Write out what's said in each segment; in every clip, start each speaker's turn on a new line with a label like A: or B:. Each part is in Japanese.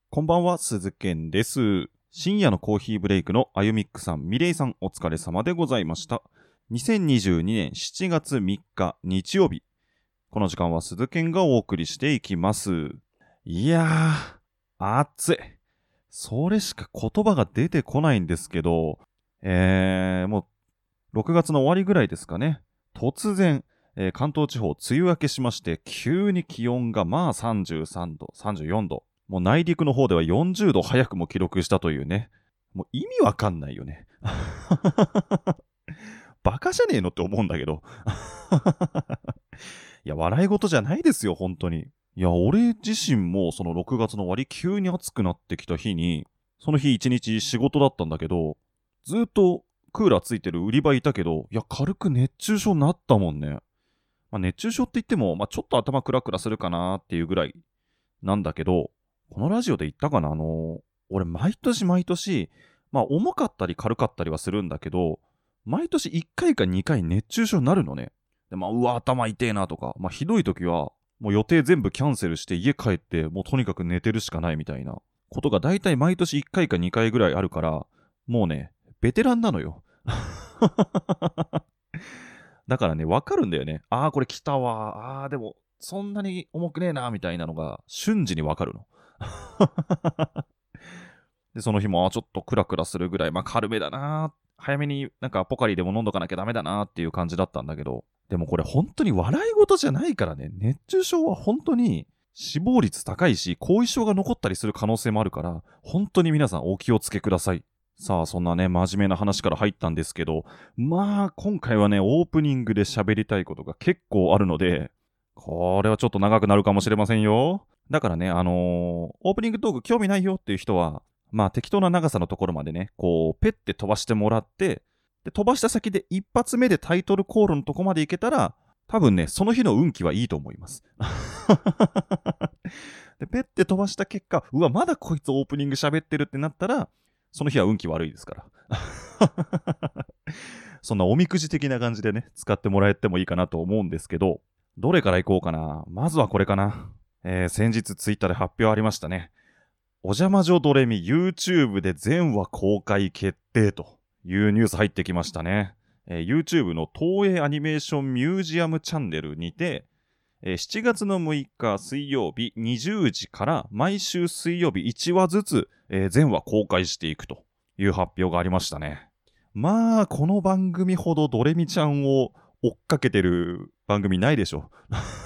A: こんばんは、鈴健です。深夜のコーヒーブレイクのあゆみっくさん、みれいさん、お疲れ様でございました。2022年7月3日日曜日。この時間は鈴健がお送りしていきます。いやー、暑い。それしか言葉が出てこないんですけど、もう6月の終わりぐらいですかね。突然、関東地方梅雨明けしまして、急に気温が33度、34度。もう内陸の方では40度早くも記録したというね。もう意味わかんないよね。バカじゃねえのって思うんだけど。いや、笑い事じゃないですよ、本当に。いや、俺自身もその6月の終わり、急に暑くなってきた日に、その日一日仕事だったんだけど、ずっとクーラーついてる売り場いたけど、いや、軽く熱中症になったもんね。熱中症って言っても、ちょっと頭クラクラするかなっていうぐらいなんだけど、このラジオで言ったかな俺毎年、重かったり軽かったりはするんだけど、毎年1回か2回熱中症になるのね。で、うわ、頭痛えなとか、ひどい時は、もう予定全部キャンセルして家帰って、もうとにかく寝てるしかないみたいなことが大体毎年1回か2回ぐらいあるから、もうね、ベテランなのよ。だからね、わかるんだよね。あー、これ来たわ。あー、でも、そんなに重くねえな、みたいなのが瞬時にわかるの。で、その日も、ちょっとクラクラするぐらい、軽めだな。早めになんかポカリでも飲んどかなきゃダメだなっていう感じだったんだけど、でもこれ本当に笑い事じゃないからね。熱中症は本当に死亡率高いし、後遺症が残ったりする可能性もあるから、本当に皆さんお気をつけください。さあ、そんなね、真面目な話から入ったんですけど、今回はね、オープニングで喋りたいことが結構あるので、これはちょっと長くなるかもしれませんよ。だからね、オープニングトーク興味ないよっていう人は、適当な長さのところまでね、こう、ペッて飛ばしてもらって、で、飛ばした先で一発目でタイトルコールのとこまでいけたら、多分ね、その日の運気はいいと思います。で、ペッて飛ばした結果、うわ、まだこいつオープニング喋ってるってなったら、その日は運気悪いですから。そんなおみくじ的な感じでね、使ってもらえてもいいかなと思うんですけど、どれからいこうかな。まずはこれかな。先日ツイッターで発表ありましたね。おじゃまじょドレミ YouTube で全話公開決定というニュース入ってきましたね。YouTube の東映アニメーションミュージアムチャンネルにて、7月の6日水曜日20時から毎週水曜日1話ずつ、全話公開していくという発表がありましたね。この番組ほどドレミちゃんを追っかけてる番組ないでしょ。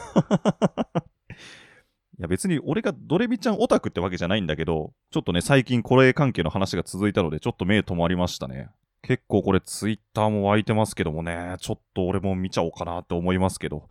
A: いや別に俺がドレミちゃんオタクってわけじゃないんだけど、ちょっとね、最近これ関係の話が続いたので、ちょっと目止まりましたね。結構これツイッターも湧いてますけどもね、ちょっと俺も見ちゃおうかなって思いますけど。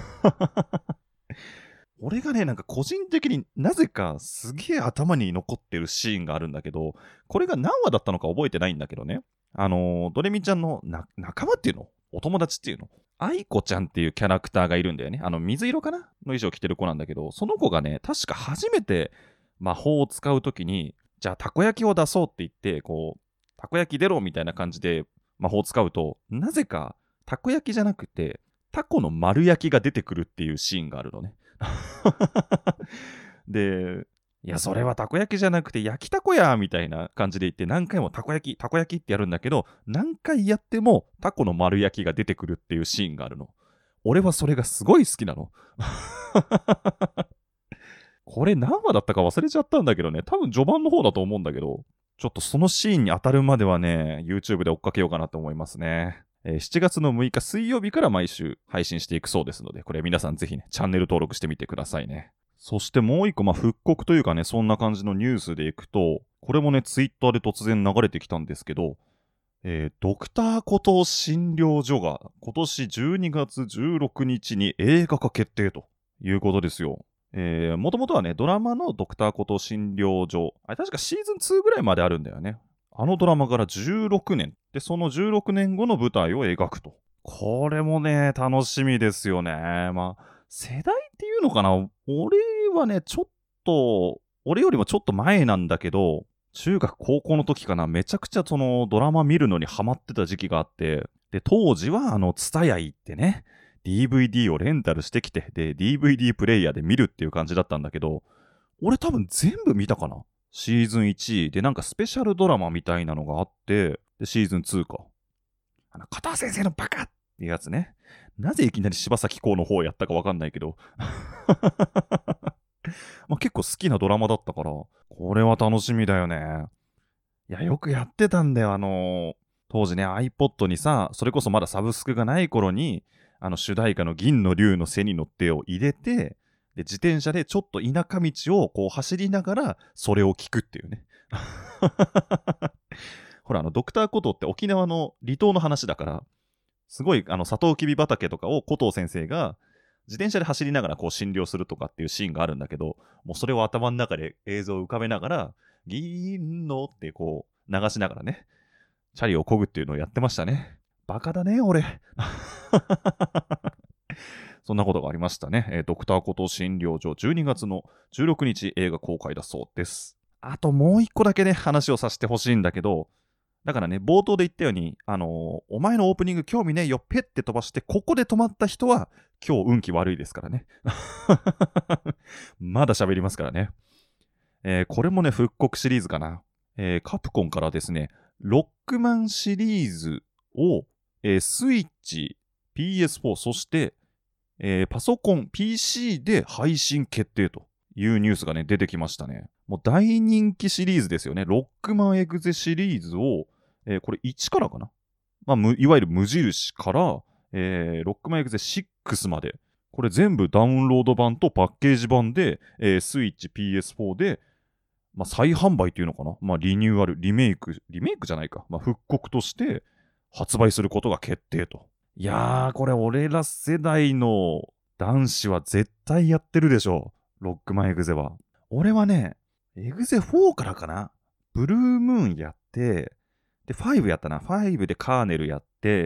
A: 俺がね、なんか個人的になぜかすげえ頭に残ってるシーンがあるんだけど、これが何話だったのか覚えてないんだけどね。ドレミちゃんの仲間っていうのお友達っていうの愛子ちゃんっていうキャラクターがいるんだよね。水色かなの衣装着てる子なんだけど、その子がね、確か初めて魔法を使うときに、じゃあたこ焼きを出そうって言って、こう、たこ焼き出ろみたいな感じで魔法を使うと、なぜかたこ焼きじゃなくて、タコの丸焼きが出てくるっていうシーンがあるのね。で、いや、それはたこ焼きじゃなくて焼きたこやみたいな感じで言って何回もたこ焼きってやるんだけど、何回やってもタコの丸焼きが出てくるっていうシーンがあるの。俺はそれがすごい好きなの。これ何話だったか忘れちゃったんだけどね、多分序盤の方だと思うんだけど、ちょっとそのシーンに当たるまではね、YouTube で追っかけようかなと思いますね。7月の6日水曜日から毎週配信していくそうですので、これ皆さんぜひね、チャンネル登録してみてくださいね。そしてもう一個、復刻というかね、そんな感じのニュースでいくと、これもね、ツイッターで突然流れてきたんですけど、ドクターコトー診療所が今年12月16日に映画化決定ということですよ。もともとはね、ドラマのドクターコトー診療所、あれ確かシーズン2ぐらいまであるんだよね。あのドラマから16年。で、その16年後の舞台を描くと。これもね、楽しみですよね。世代っていうのかな、俺はね、俺よりもちょっと前なんだけど、中学高校の時かな、めちゃくちゃそのドラマ見るのにハマってた時期があって、で、当時はツタヤ行ってね、DVD をレンタルしてきて、で、DVD プレイヤーで見るっていう感じだったんだけど、俺多分全部見たかな。 シーズン1でなんかスペシャルドラマみたいなのがあって、で、シーズン2か。片先生のバカっていうやつね。なぜいきなり柴咲コウの方をやったかわかんないけど。まあ、結構好きなドラマだったから、これは楽しみだよね。いや、よくやってたんだよ。当時ね、iPod にさ、それこそまだサブスクがない頃に、主題歌の銀の竜の背に乗ってを入れて、で、自転車でちょっと田舎道をこう走りながら、それを聞くっていうね。ほら、ドクターコトーって沖縄の離島の話だから、すごい、サトウキビ畑とかをコトー先生が、自転車で走りながらこう診療するとかっていうシーンがあるんだけど、もうそれを頭の中で映像を浮かべながら、銀のってこう流しながらね、チャリを漕ぐっていうのをやってましたね。バカだね、俺。そんなことがありましたね。ドクターコトー診療所12月の16日映画公開だそうです。あともう一個だけね、話をさせてほしいんだけど、だからね、冒頭で言ったように、お前のオープニング興味ねえよ、ペッて飛ばして、ここで止まった人は、今日運気悪いですからね。まだ喋りますからね。これもね、復刻シリーズかな。カプコンからですね、ロックマンシリーズを、スイッチ、PS4、そして、パソコン、PC で配信決定というニュースがね、出てきましたね。もう大人気シリーズですよね。ロックマンエグゼシリーズを、これ1からかな。まあ、いわゆる無印から、ロックマンエグゼ6まで、これ全部ダウンロード版とパッケージ版で、スイッチ PS4 で、まあ、再販売っていうのかな。まあ、リニューアル、リメイクじゃないか。まあ、復刻として発売することが決定と。いやー、これ俺ら世代の男子は絶対やってるでしょ。ロックマンエグゼは。俺はね、エグゼ4からかな。ブルームーンやって、で、5やったな。5でカーネルやって、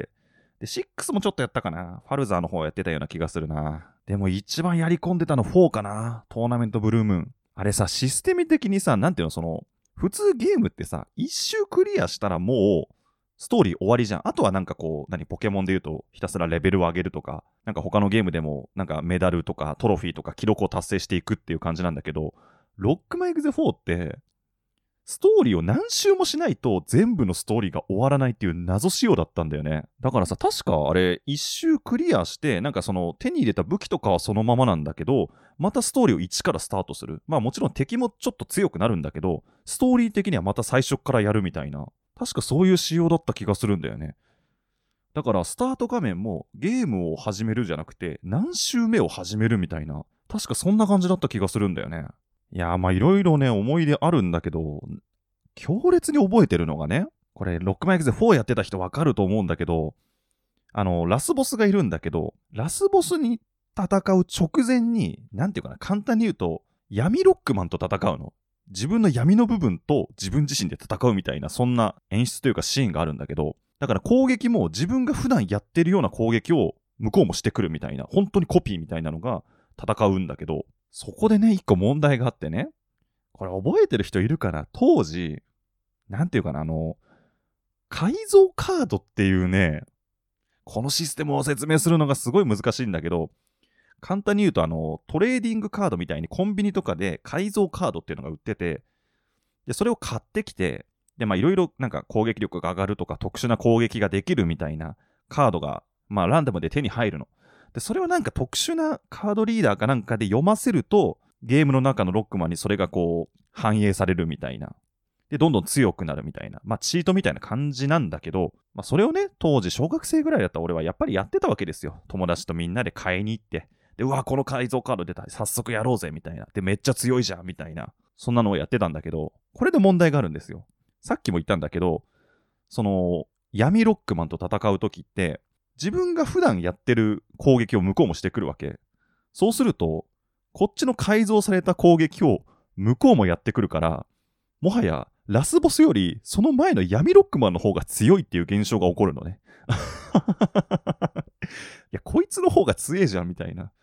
A: で、6もちょっとやったかな。ファルザーの方やってたような気がするな。でも一番やり込んでたの4かな。トーナメントブルームーン。あれさ、システム的にさ、なんていうの、普通ゲームってさ、一周クリアしたらもう、ストーリー終わりじゃん。あとはなんかこう、ポケモンで言うと、ひたすらレベルを上げるとか、なんか他のゲームでも、なんかメダルとかトロフィーとか記録を達成していくっていう感じなんだけど、ロックマンエグゼ4って、ストーリーを何周もしないと全部のストーリーが終わらないっていう謎仕様だったんだよね。だからさ、確かあれ、一周クリアして、なんかその手に入れた武器とかはそのままなんだけど、またストーリーを1からスタートする。まあもちろん敵もちょっと強くなるんだけど、ストーリー的にはまた最初からやるみたいな。確かそういう仕様だった気がするんだよね。だからスタート画面もゲームを始めるじゃなくて、何周目を始めるみたいな。確かそんな感じだった気がするんだよね。いやー、まあいろいろね、思い出あるんだけど、強烈に覚えてるのがね、これ、ロックマンエグゼ4やってた人わかると思うんだけど、ラスボスがいるんだけど、ラスボスに戦う直前に、なんていうかな、簡単に言うと、闇ロックマンと戦うの。自分の闇の部分と自分自身で戦うみたいな、そんな演出というかシーンがあるんだけど、だから攻撃も自分が普段やってるような攻撃を向こうもしてくるみたいな、本当にコピーみたいなのが戦うんだけど、そこでね、一個問題があってね、これ覚えてる人いるかな。当時、なんていうかな、改造カードっていうね、このシステムを説明するのがすごい難しいんだけど、簡単に言うとトレーディングカードみたいにコンビニとかで改造カードっていうのが売ってて、で、それを買ってきて、で、まあいろいろなんか攻撃力が上がるとか特殊な攻撃ができるみたいなカードが、まあランダムで手に入るの。で、それをなんか特殊なカードリーダーかなんかで読ませると、ゲームの中のロックマンにそれがこう反映されるみたいな。で、どんどん強くなるみたいな。まあ、チートみたいな感じなんだけど、まあ、それをね、当時小学生ぐらいだった俺はやっぱりやってたわけですよ。友達とみんなで買いに行って。で、うわ、この改造カード出た。早速やろうぜ、みたいな。で、めっちゃ強いじゃん、みたいな。そんなのをやってたんだけど、これで問題があるんですよ。さっきも言ったんだけど、闇ロックマンと戦うときって、自分が普段やってる攻撃を向こうもしてくるわけ。そうすると、こっちの改造された攻撃を向こうもやってくるから、もはやラスボスよりその前の闇ロックマンの方が強いっていう現象が起こるのね。いや、こいつの方が強えじゃんみたいな。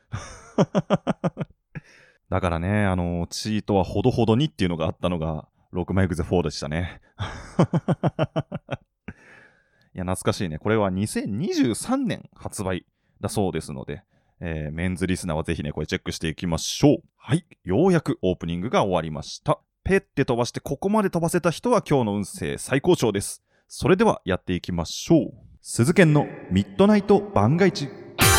A: だからね、チートはほどほどにっていうのがあったのが、ロックマンエグゼ4でしたね。いや、懐かしいね。これは2023年発売だそうですので、メンズリスナーはぜひね、これチェックしていきましょう。はい。ようやくオープニングが終わりました。 ペッて飛ばしてここまで飛ばせた人は今日の運勢最高潮です。それではやっていきましょう。鈴研のミッドナイト番外地。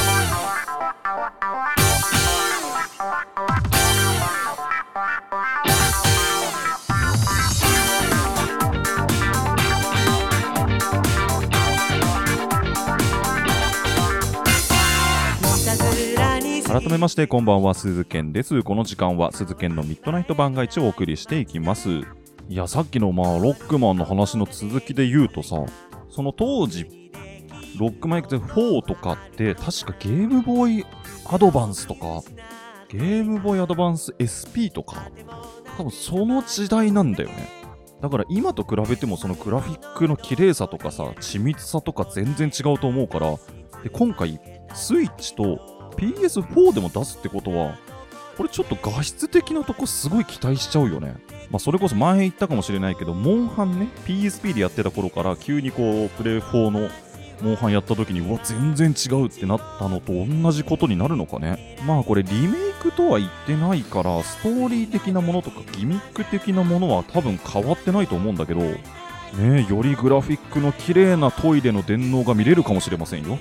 A: 改めましてこんばんは、鈴研です。この時間は鈴研のミッドナイト番外地をお送りしていきます。いや、さっきのロックマンの話の続きで言うとさ、その当時ロックマン X4 とかって確かゲームボーイアドバンスとかゲームボーイアドバンス SP とか多分その時代なんだよね。だから今と比べてもそのグラフィックの綺麗さとかさ、緻密さとか全然違うと思うから、で今回スイッチとPS4 でも出すってことは、これちょっと画質的なとこすごい期待しちゃうよね。それこそ前言ったかもしれないけど、モンハンね、PSP でやってた頃から急にこうプレイ4のモンハンやった時にうわ全然違うってなったのと同じことになるのかね。これリメイクとは言ってないから、ストーリー的なものとかギミック的なものは多分変わってないと思うんだけどね、よりグラフィックの綺麗なトイレの電脳が見れるかもしれませんよ。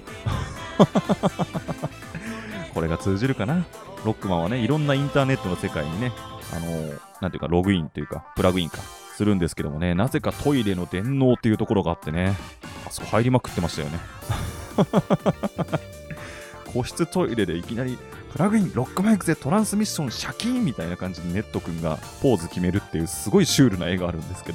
A: これが通じるかな。ロックマンはね、いろんなインターネットの世界にね、なんていうかログインというかプラグインかするんですけどもね、なぜかトイレの電脳っていうところがあってね、あそこ入りまくってましたよね。個室トイレでいきなりプラグインロックマン X でトランスミッションシャキーンみたいな感じでネット君がポーズ決めるっていうすごいシュールな絵があるんですけど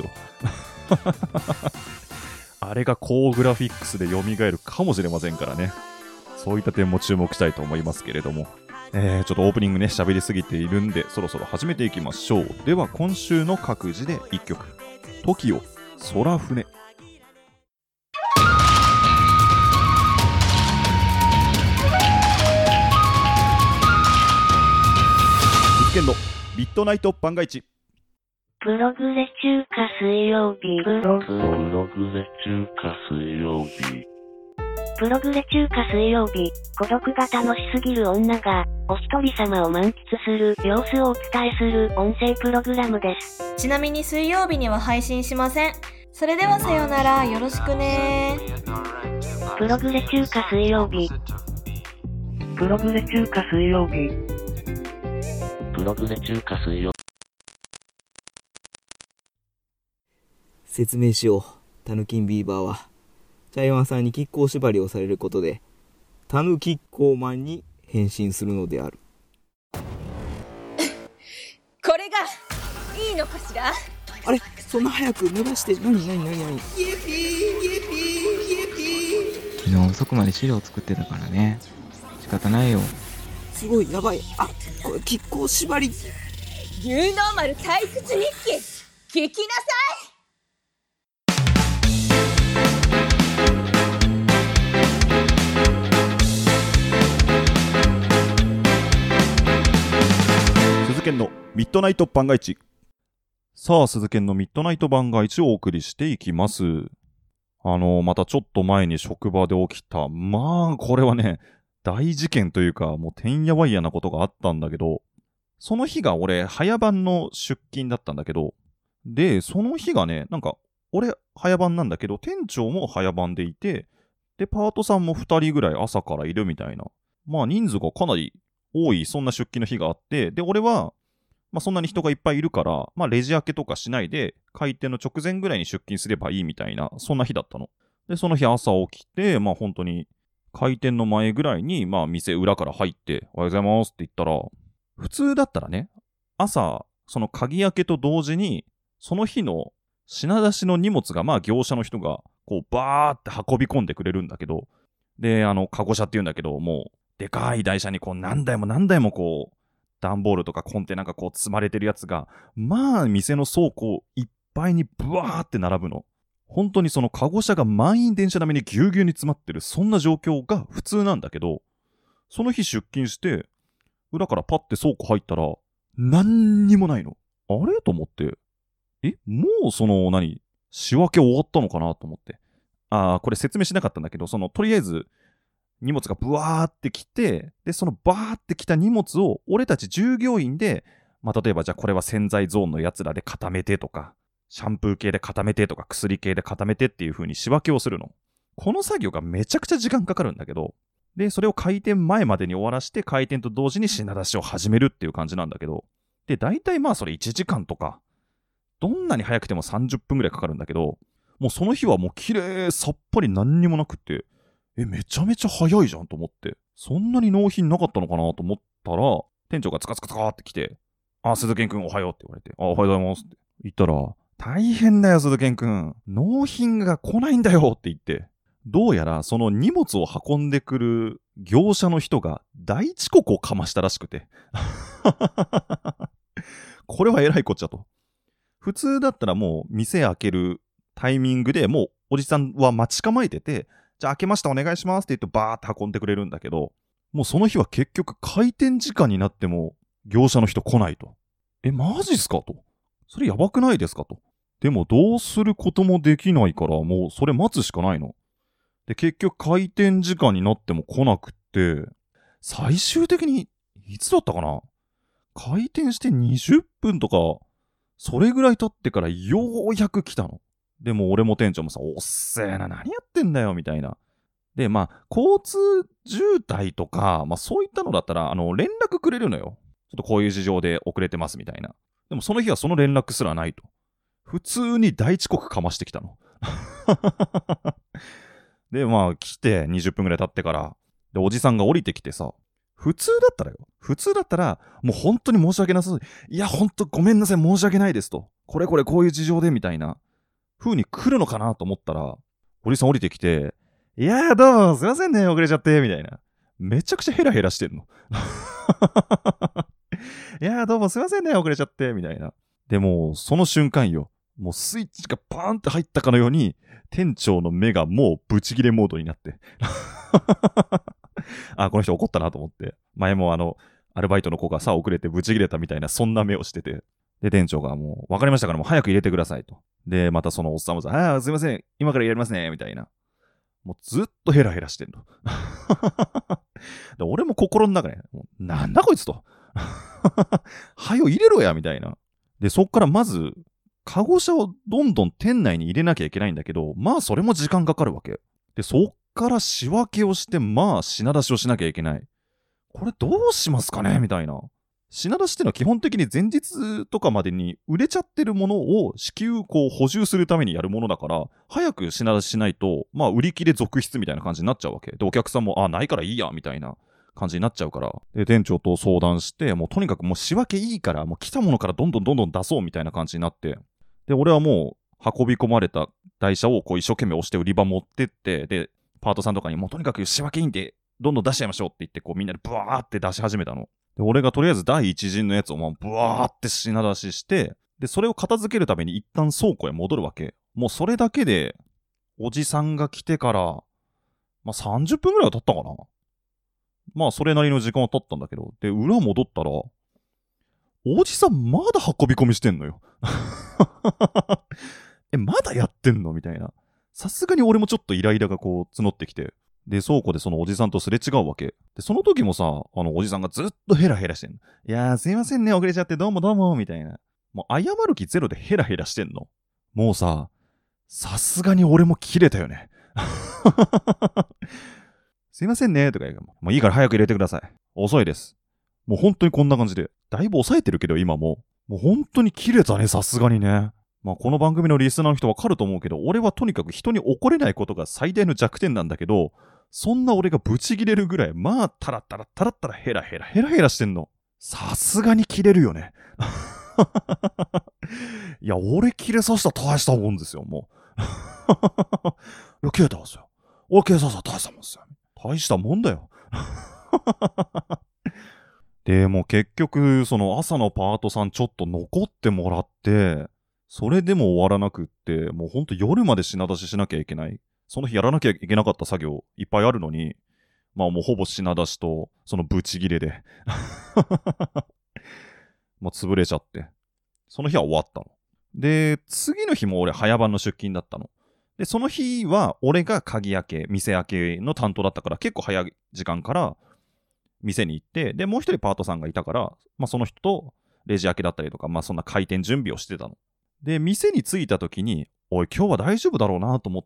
A: あれが高グラフィックスで蘇るかもしれませんからね。そういった点も注目したいと思いますけれども、ちょっとオープニングね喋りすぎているんでそろそろ始めていきましょう。では今週の各自で1曲、 TOKIO 空船。鈴研のミッドナイト番外地。
B: プログレ中華水曜日。プログレ中華水曜日。プログレ中華水曜日、孤独が楽しすぎる女が、お一人様を満喫する様子をお伝えする音声プログラムです。
C: ちなみに水曜日には配信しません。それではさよなら、よろしくね。
B: プログレ中華水曜日。プログレ中華水曜日。プログレ中華水曜日。
D: 説明しよう。タヌキンビーバーは茶山さんに亀甲縛りをされることでタヌキッコーマンに変身するのである。
E: これがいいのかしら。
D: あれ、そんな早く濡らして。何
F: 昨日遅くまで資料作ってたからね、仕方ないよ。
D: すごいやばい。あ、これ亀甲縛り。
E: ニューノーマル退屈日記聞きなさい。
A: 鈴研のミッドナイト番外地。さあ、鈴研のミッドナイト番外地をお送りしていきます。またちょっと前に職場で起きた、これはね、大事件というか、もうてんやわんやなことがあったんだけど、その日が俺、早番の出勤だったんだけど、で、その日がね、俺、早番なんだけど、店長も早番でいて、で、パートさんも2人ぐらい朝からいるみたいな。人数がかなり多い、そんな出勤の日があって、で、俺は、そんなに人がいっぱいいるから、レジ開けとかしないで、開店の直前ぐらいに出勤すればいいみたいな、そんな日だったの。で、その日朝起きて、本当に、開店の前ぐらいに、店裏から入って、おはようございますって言ったら、普通だったらね、朝、その鍵開けと同時に、その日の品出しの荷物が、業者の人が、こう、バーって運び込んでくれるんだけど、で、カゴ車って言うんだけど、もう、でかい台車にこう何台も何台もこう段ボールとかコンテナがこう積まれてるやつが店の倉庫いっぱいにブワーって並ぶの。本当にそのカゴ車が満員電車並みにぎゅうぎゅうに詰まってる、そんな状況が普通なんだけど、その日出勤して裏からパッて倉庫入ったら何にもないの。あれと思って、もうその仕分け終わったのかなと思って、これ説明しなかったんだけど、とりあえず荷物がブワーってきて、でそのバーってきた荷物を俺たち従業員で例えばじゃあこれは洗剤ゾーンのやつらで固めてとか、シャンプー系で固めてとか、薬系で固めてっていう風に仕分けをするの。この作業がめちゃくちゃ時間かかるんだけど、で、それを開店前までに終わらして、開店と同時に品出しを始めるっていう感じなんだけど、で、大体まあそれ1時間とか、どんなに早くても30分ぐらいかかるんだけど、もうその日はもう綺麗さっぱり何にもなくって、めちゃめちゃ早いじゃんと思って、そんなに納品なかったのかなと思ったら、店長がツカツカツカって来て、鈴健くんおはようって言われて、おはようございますって言ったら、大変だよ鈴健くん、納品が来ないんだよって言って、どうやらその荷物を運んでくる業者の人が大遅刻をかましたらしくてこれはえらいこっちゃと。普通だったらもう店開けるタイミングでもうおじさんは待ち構えてて、じゃあ開けましたお願いしますって言ってバーって運んでくれるんだけど、もうその日は結局開店時間になっても業者の人来ないと。マジっすかと。それやばくないですかと。でもどうすることもできないからもうそれ待つしかないの。で、結局開店時間になっても来なくって、最終的に、いつだったかな？開店して20分とか、それぐらい経ってからようやく来たの。でも俺も店長もさ、おっせえな、何やってんだよ、みたいな。で、まあ、交通渋滞とか、まあそういったのだったら、連絡くれるのよ。ちょっとこういう事情で遅れてます、みたいな。でもその日はその連絡すらないと。普通に大遅刻かましてきたの。で、まあ、来て20分くらい経ってから、で、おじさんが降りてきてさ、普通だったら、もう本当に申し訳なさそう。いや、本当ごめんなさい、申し訳ないですと。これこういう事情で、みたいな風に来るのかなと思ったら、おじさん降りてきて、いやーどうも、すいませんね、遅れちゃって、みたいな。めちゃくちゃヘラヘラしてんの。いやーどうも、すいませんね、遅れちゃって、みたいな。でも、その瞬間よ。もうスイッチがパーンって入ったかのように、店長の目がもうブチギレモードになって。この人怒ったなと思って。前もアルバイトの子がさ、遅れてブチギレたみたいな、そんな目をしてて。で、店長がもう、わかりましたからもう早く入れてくださいと。で、またそのおっさんもさ、すいません、今から入れますね、みたいな。もうずっとヘラヘラしてんの。で俺も心の中で、なんだこいつと。はよ入れろや、みたいな。で、そっからまず、カゴ車をどんどん店内に入れなきゃいけないんだけど、まあそれも時間かかるわけ。で、そっから仕分けをして、まあ品出しをしなきゃいけない。これどうしますかねみたいな。品出しってのは基本的に前日とかまでに売れちゃってるものを至急こう補充するためにやるものだから、早く品出ししないと、まあ売り切れ続出みたいな感じになっちゃうわけ。で、お客さんも、ないからいいや、みたいな感じになっちゃうから。で、店長と相談して、もうとにかくもう仕分けいいから、もう来たものからどんどん出そうみたいな感じになって。で、俺はもう運び込まれた台車をこう一生懸命押して売り場持ってって、で、パートさんとかにもうとにかく仕分けいいんで、どんどん出しちゃいましょうって言って、こうみんなでブワーって出し始めたの。で、俺がとりあえず第一陣のやつをもうブワーって品出しして、で、それを片付けるために一旦倉庫へ戻るわけ。もうそれだけで、おじさんが来てから、まあ30分くらいは経ったかな。まあそれなりの時間は経ったんだけど、で、裏戻ったら、おじさんまだ運び込みしてんのよ。まだやってんのみたいな。さすがに俺もちょっとイライラがこう募ってきて。で、倉庫でそのおじさんとすれ違うわけ。で、その時もさ、おじさんがずっとヘラヘラしてんの。いやー、すいませんね、遅れちゃってどうも、みたいな。もう謝る気ゼロでヘラヘラしてんの。もうさ、さすがに俺も切れたよね。すいませんね、とか言うから、もういいから早く入れてください。遅いです。もう本当にこんな感じで。だいぶ抑えてるけど、今も。もう本当に切れたね、さすがにね。まあこの番組のリスナーの人わかると思うけど、俺はとにかく人に怒れないことが最大の弱点なんだけど、そんな俺がブチギレるぐらい、まあタラッタラヘラヘラしてんの。さすがに切れるよね。いや、俺切れさせたら大したもんですよ、もう。いや、切れたんですよ。俺切れさせたら大したもんですよ。大したもんだよ。で、もう結局、その朝のパートさんちょっと残ってもらって、それでも終わらなくって、もうほんと夜まで品出ししなきゃいけない。その日やらなきゃいけなかった作業いっぱいあるのに、まあもうほぼ品出しと、そのブチギレで。もう潰れちゃって。その日は終わったの。で、次の日も俺早番の出勤だったの。で、その日は俺が鍵開け、店開けの担当だったから結構早い時間から店に行って、で、もう一人パートさんがいたから、まあその人と、 レジ開けだったりとか、まあそんな開店準備をしてたの。で、店に着いた時に、おい、今日は大丈夫だろうなと思って、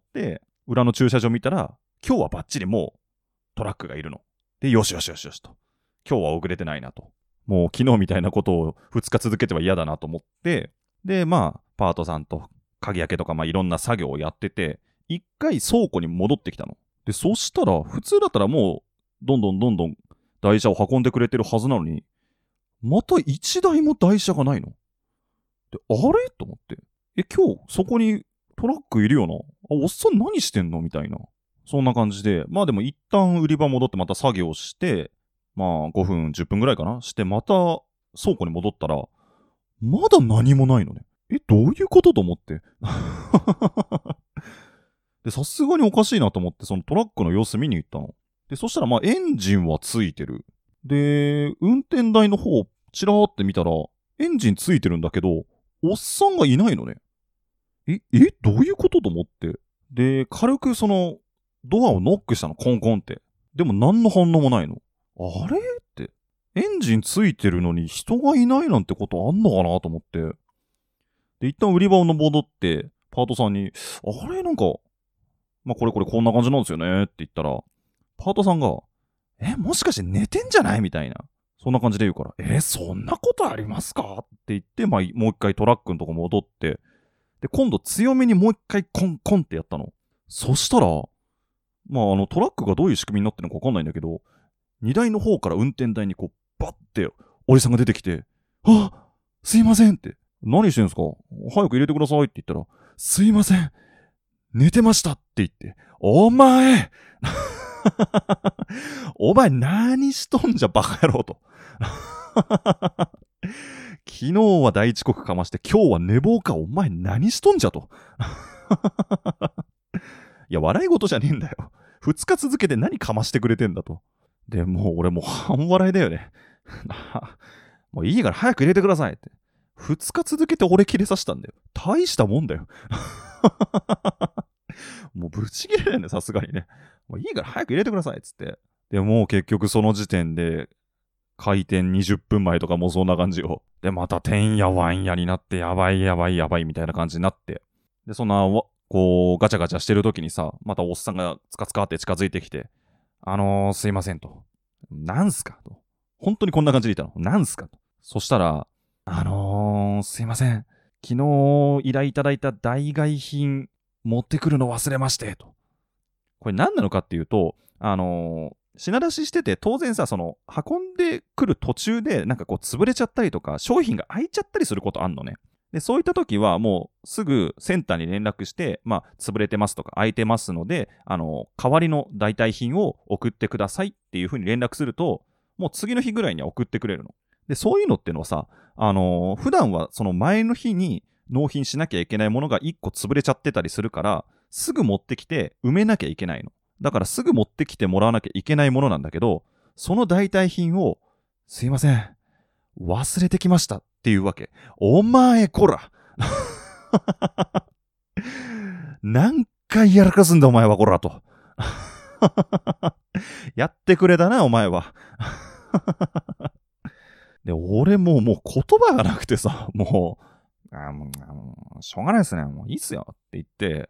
A: 裏の駐車場見たら、今日はバッチリもうトラックがいるの。で、よしよしよしよしと。今日は遅れてないなと。もう昨日みたいなことを2日続けては嫌だなと思って、で、まあ、パートさんと鍵開けとか、まあいろんな作業をやってて、一回倉庫に戻ってきたの。で、そしたら、普通だったらもう、どんどん台車を運んでくれてるはずなのに、また一台も台車がないの。で、あれと思って。今日そこにトラックいるよな。おっさん何してんのみたいな。そんな感じで、まあでも一旦売り場戻ってまた作業して、まあ5分、10分ぐらいかなしてまた倉庫に戻ったら、まだ何もないのね。どういうことと思って。で、さすがにおかしいなと思って、そのトラックの様子見に行ったの。で、そしたらまあエンジンはついてる。で、運転台の方、チラーって見たら、エンジンついてるんだけど、おっさんがいないのね。どういうことと思って。で、軽くその、ドアをノックしたの、コンコンって。でも何の反応もないの。あれって。エンジンついてるのに人がいないなんてことあんのかなと思って。で、一旦売り場を戻って、パートさんに、あれなんか、まあ、これこんな感じなんですよねって言ったら、パートさんが、もしかして寝てんじゃないみたいな。そんな感じで言うから、そんなことありますかって言って、まあ、もう一回トラックのとこ戻って、で、今度強めにもう一回コンコンってやったの。そしたら、まあ、トラックがどういう仕組みになってるのかわかんないんだけど、荷台の方から運転台にこう、バッて、おじさんが出てきて、すいませんって、何してんすか早く入れてくださいって言ったら、すいません。寝てましたって言って、お前お前何しとんじゃバカ野郎と。昨日は大遅刻かまして今日は寝坊かお前何しとんじゃと。いや笑い事じゃねえんだよ。2日続けて何かましてくれてんだと。で、もう俺もう半笑いだよね。もういいから早く入れてくださいって。2日続けて俺切れさせたんだよ。大したもんだよ。もうぶち切れだよね、さすがにね。もういいから早く入れてくださいっつって。で、もう結局その時点で、開店20分前とかもうそんな感じよ。で、またてんやわんやになって、やばいみたいな感じになって。で、そんな、こう、ガチャガチャしてる時にさ、またおっさんがつかつかって近づいてきて、すいませんと。なんすかと。本当にこんな感じで言ったの。なんすかと。そしたら、すいません。昨日依頼いただいた代替品持ってくるの忘れましてと。これ何なのかっていうと、品出ししてて当然さ、その運んでくる途中でなんかこう潰れちゃったりとか商品が空いちゃったりすることあんのね。で、そういった時はもうすぐセンターに連絡して、まあ潰れてますとか空いてますので、代わりの代替品を送ってくださいっていう風に連絡すると、もう次の日ぐらいには送ってくれるの。で、そういうのってのはさ、普段はその前の日に納品しなきゃいけないものが1個潰れちゃってたりするから、すぐ持ってきて埋めなきゃいけないの。だからすぐ持ってきてもらわなきゃいけないものなんだけど、その代替品を、すいません、忘れてきましたっていうわけ。お前こら何回やらかすんだお前はこらと。やってくれたなお前は。で、俺もう言葉がなくてさ、もうしょうがないですね。もういいっすよって言って、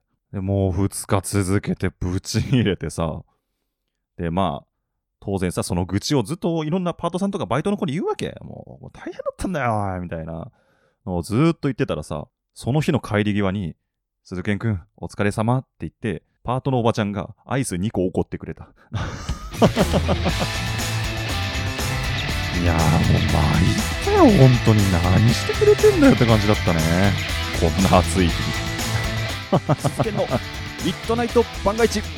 A: で、もう2日続けてぶち入れてさ、で、まあ、当然さ、その愚痴をずっといろんなパートさんとかバイトの子に言うわけ。もう大変だったんだよみたいなのをずーっと言ってたらさ、その日の帰り際に、鈴賢くん、お疲れ様って言って、パートのおばちゃんがアイス2個怒ってくれた。いやーもう参ったよ、本当に。何してくれてんだよって感じだったね。こんな暑い日に。鈴賢のミッドナイト番外地。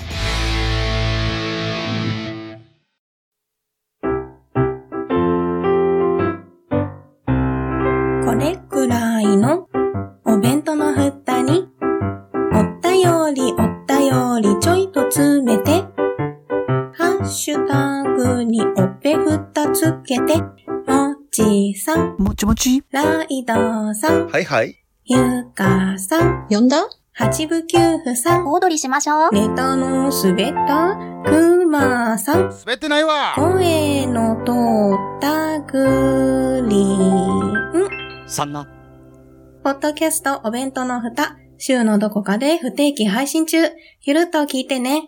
G: これくらいのお弁当の蓋におったよりちょいと詰めてハッシュタグにおっぺふたつけてもちさん
H: もちもち
G: ライドさん
H: はいはい
G: ゆかさん
E: 呼んだ
G: 八部九夫さん
E: 小躍りしましょう。
G: ネタの滑ったくまさん
H: 滑ってないわ
G: 声の通ったグリーン
H: さんな。
G: ポッドキャストお弁当の蓋、週のどこかで不定期配信中。ゆるっと聞いてね。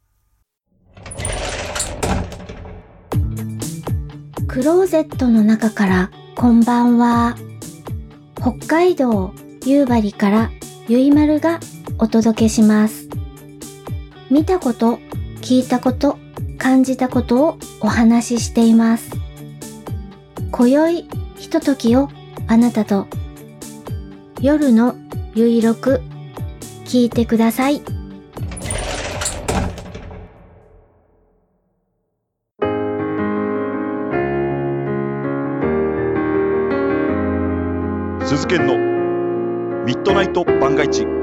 I: クローゼットの中からこんばんは。北海道夕張からゆいまるがお届けします。見たこと、聞いたこと、感じたことをお話ししています。今宵ひとときをあなたと。夜のゆいろく聞いてください。
A: 鈴研のミッドナイト番外地。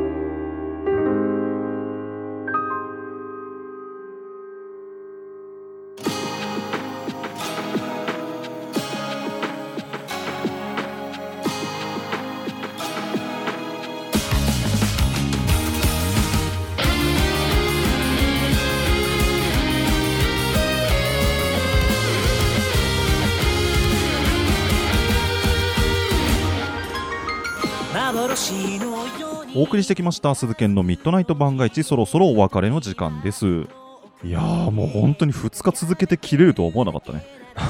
A: お送りしてきました鈴研のミッドナイト番外地、そろそろお別れの時間です。いやー、もう本当に2日続けて切れるとは思わなかったね。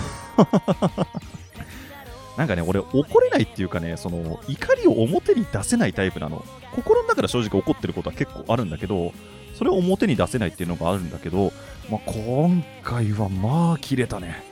A: なんかね、俺怒れないっていうかね、その怒りを表に出せないタイプなの。心の中で正直怒ってることは結構あるんだけど、それを表に出せないっていうのがあるんだけど、まあ、今回はまあ切れたね。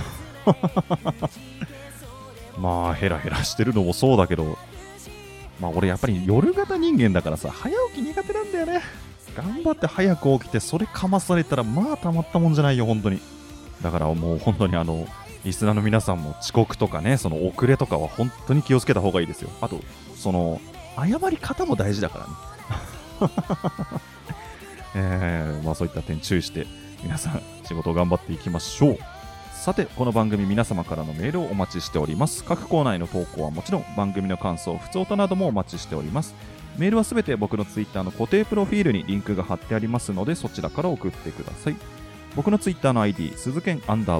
A: まあヘラヘラしてるのもそうだけど、まあ俺やっぱり夜型人間だからさ、早起き苦手なんだよね。頑張って早く起きてそれかまされたらまあたまったもんじゃないよ本当に。だからもう本当にリスナーの皆さんも遅刻とかね、その遅れとかは本当に気をつけた方がいいですよ。あとその謝り方も大事だからね。まあそういった点注意して皆さん仕事を頑張っていきましょう。さて、この番組皆様からのメールをお待ちしております。各コーナーへの投稿はもちろん、番組の感想、ふつおたなどもお待ちしております。メールはすべて僕のツイッターの固定プロフィールにリンクが貼ってありますので、そちらから送ってください。僕のツイッターの ID、鈴研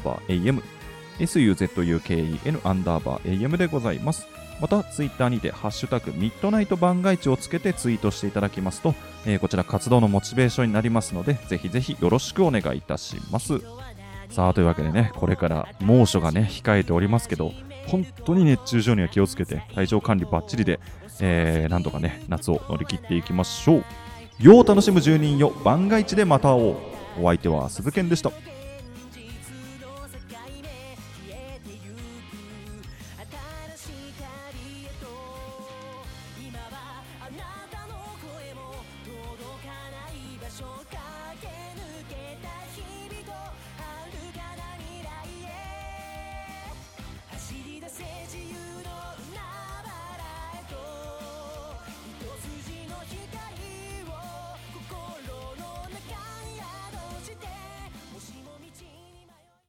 A: _AM、SUZUKEN _AM でございます。また、ツイッターにて、ハッシュタグミッドナイト番外地をつけてツイートしていただきますと、こちら活動のモチベーションになりますので、ぜひぜひよろしくお願いいたします。さあ、というわけでね、これから猛暑がね、控えておりますけど、本当に熱中症には気をつけて、体調管理バッチリで、なんとかね、夏を乗り切っていきましょう。世を楽しむ住人よ、番外地でまた会おう。お相手は鈴研でした。